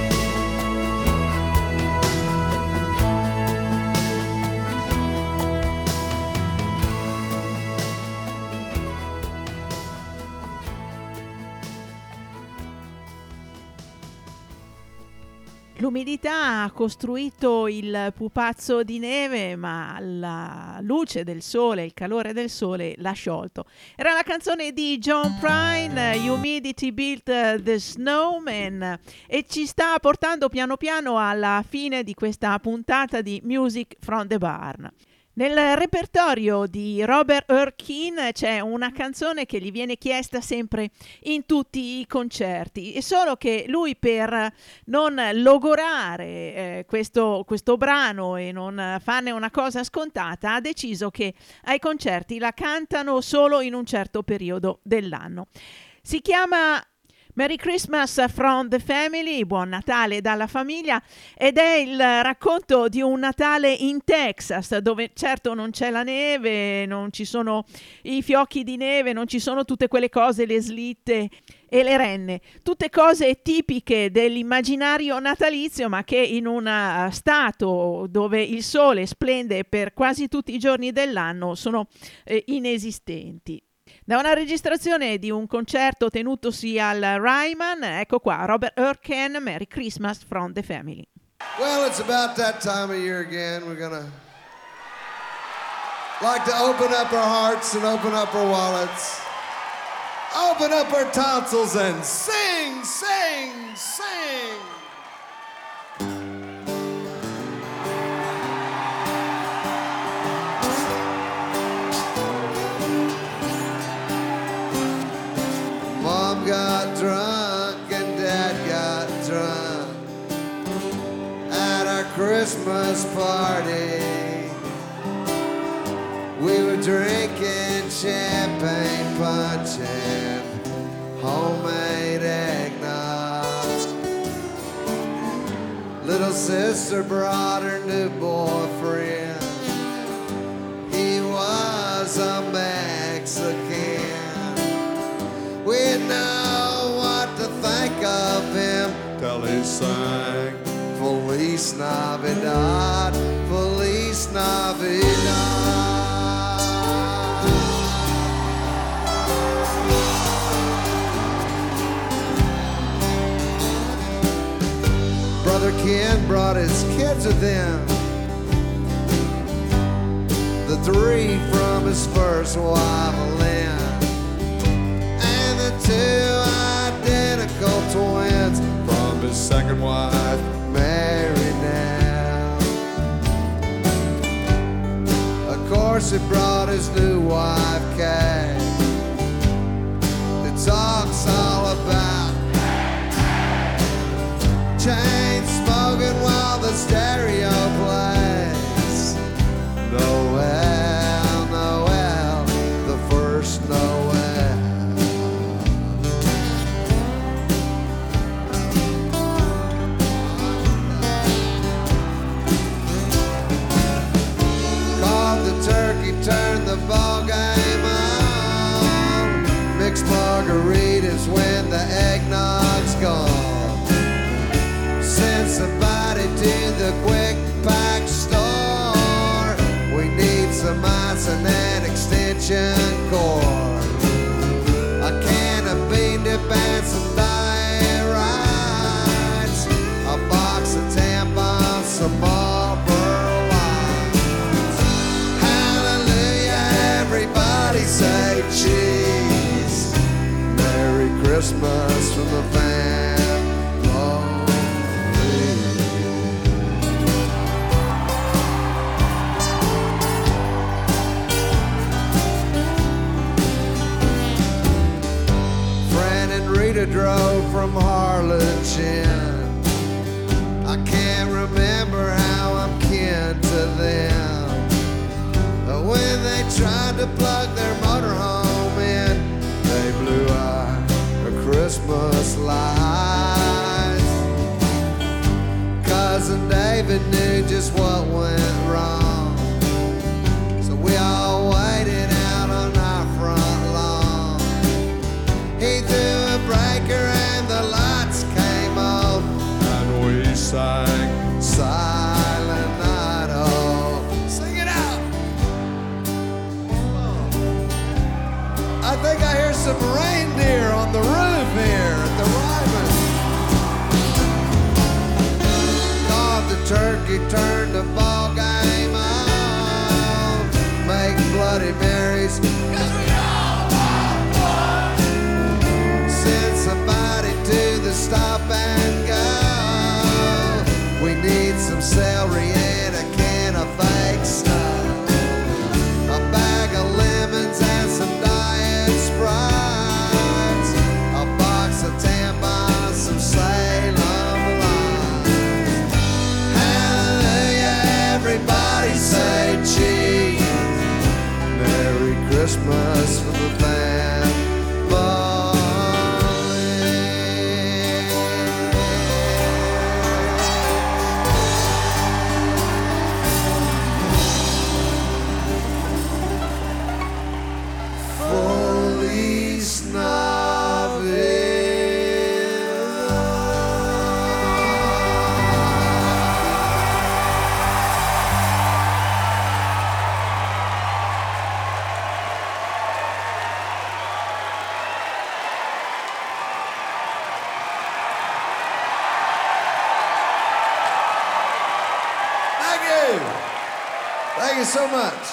Speaker 1: L'umidità ha costruito il pupazzo di neve, ma la luce del sole, il calore del sole l'ha sciolto. Era la canzone di John Prine, Humidity Built the Snowman, e ci sta portando piano piano alla fine di questa puntata di Music from the Barn. Nel repertorio di Robert Earl Keen c'è una canzone che gli viene chiesta sempre in tutti i concerti, e solo che lui, per non logorare eh, questo, questo brano e non farne una cosa scontata, ha deciso che ai concerti la cantano solo in un certo periodo dell'anno. Si chiama Merry Christmas from the Family, Buon Natale dalla famiglia, ed è il racconto di un Natale in Texas, dove certo non c'è la neve, non ci sono i fiocchi di neve, non ci sono tutte quelle cose, le slitte e le renne, tutte cose tipiche dell'immaginario natalizio, ma che in un stato dove il sole splende per quasi tutti i giorni dell'anno sono eh, inesistenti. Da una registrazione di un concerto tenutosi al Ryman, ecco qua Robert Earl Keen, Merry Christmas from the Family.
Speaker 8: Well, it's about that time of year again. We're gonna like to open up our hearts and open up our wallets, open up our tonsils and sing, sing, sing. Mom got drunk and Dad got drunk at our Christmas party. We were drinking champagne punch and homemade eggnog. Little sister brought her new boyfriend. He was a Mexican. We didn't know what to think of him till he sang Feliz Navidad, Feliz Navidad. Brother Ken brought his kids with him, the three from his first wife, Lynn, two identical twins from his second wife, Mary now. Of course he brought his new wife, Kay. The talk's all about ball game on. Mixed margaritas when the eggnog's gone. Send somebody to the quick pack store. We need some ice and an extension cord. A can of bean dip and some diet rides. A box of tampons, some Marlboro Lights. Hallelujah, everybody say cheese. Merry Christmas from the family. Fran and Rita drove from Harlingen. I can't remember how I'm kin to them. But when they tried to plug their motorhome in, they blew out her Christmas lights. Cousin David knew just what went wrong, so we all waited out on our front lawn. He threw a breaker and the lights came on, and we sang Silent Night. Oh, sing it out! I think I hear some reindeer on the roof here at the Ryman. God, the turkey turned the ball game on. Make Bloody Marys, 'cause we all want one. Send somebody to the stop and go. We need some celery and a can of fake stuff. A bag of lemons and some diet Sprites. A box of tampons, some Salem Lights. Hallelujah, everybody say cheese. Merry Christmas from the family. Feliz Thank you. Thank you so much.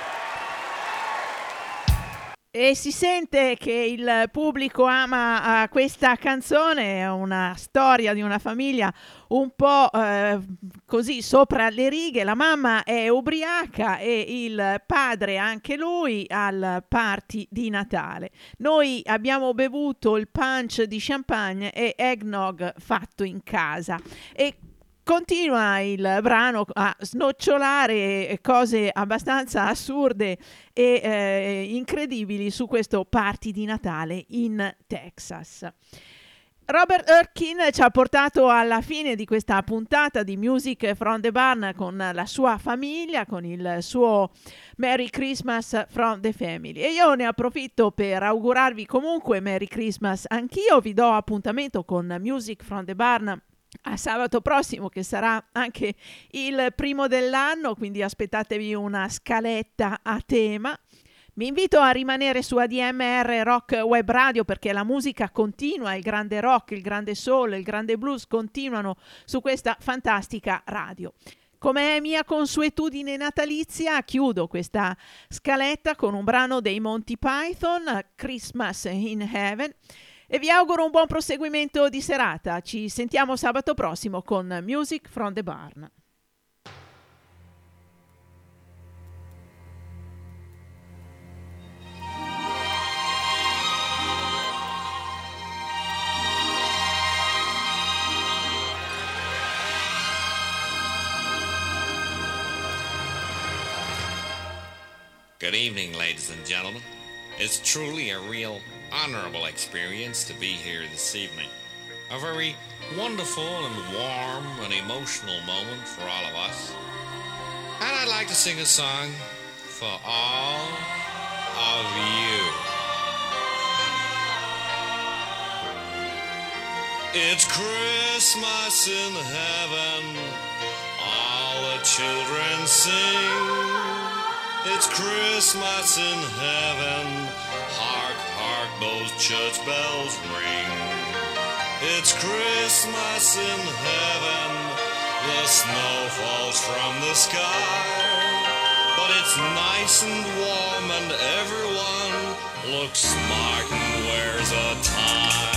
Speaker 1: E si sente che il pubblico ama uh, questa canzone, è una storia di una famiglia un po' uh, così sopra le righe. La mamma è ubriaca e il padre, anche lui, al party di Natale. Noi abbiamo bevuto il punch di champagne e eggnog fatto in casa e continua il brano a snocciolare cose abbastanza assurde e eh, incredibili su questo party di Natale in Texas. Robert Erkin ci ha portato alla fine di questa puntata di Music from the Barn con la sua famiglia, con il suo Merry Christmas from the Family. E io ne approfitto per augurarvi comunque Merry Christmas anch'io. Vi do appuntamento con Music from the Barn a sabato prossimo, che sarà anche il primo dell'anno, quindi aspettatevi una scaletta a tema. Vi invito a rimanere su A D M R Rock Web Radio, perché la musica continua, il grande rock, il grande soul, il grande blues continuano su questa fantastica radio. Come è mia consuetudine natalizia, chiudo questa scaletta con un brano dei Monty Python, Christmas in Heaven, e vi auguro un buon proseguimento di serata. Ci sentiamo sabato prossimo con Music from the Barn.
Speaker 9: Good evening, ladies and gentlemen. It's truly a real honorable experience to be here this evening. A very wonderful and warm and emotional moment for all of us. And I'd like to sing a song for all of you. It's Christmas in heaven, all the children sing. It's Christmas in heaven, hark, hark, those church bells ring. It's Christmas in heaven, the snow falls from the sky, but it's nice and warm and everyone looks smart and wears a tie.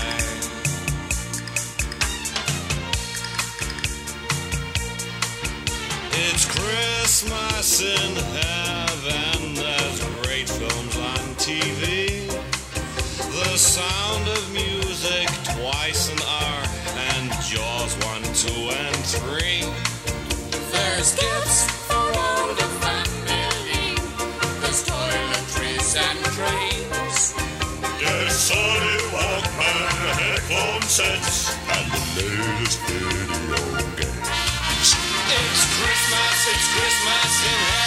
Speaker 9: It's Christmas in heaven, there's great films on T V, the sound of music twice an hour, and Jaws one, two, and three.
Speaker 10: There's gifts for all the family, there's toiletries and trains.
Speaker 2: There's Sony Walkman, headphone sets, and the latest video games.
Speaker 10: It's Christmas, it's Christmas in heaven.